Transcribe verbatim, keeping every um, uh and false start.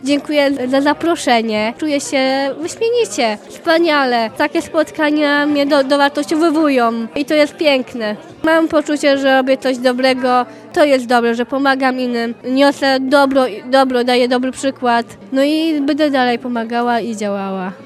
Dziękuję za zaproszenie. Czuję się wyśmienicie, wspaniale. Takie spotkania mnie do, dowartościowują i to jest piękne. Mam poczucie, że robię coś dobrego. To jest dobre, że pomagam innym. Niosę dobro, dobro daję dobry przykład. No i będę dalej pomagała i działała.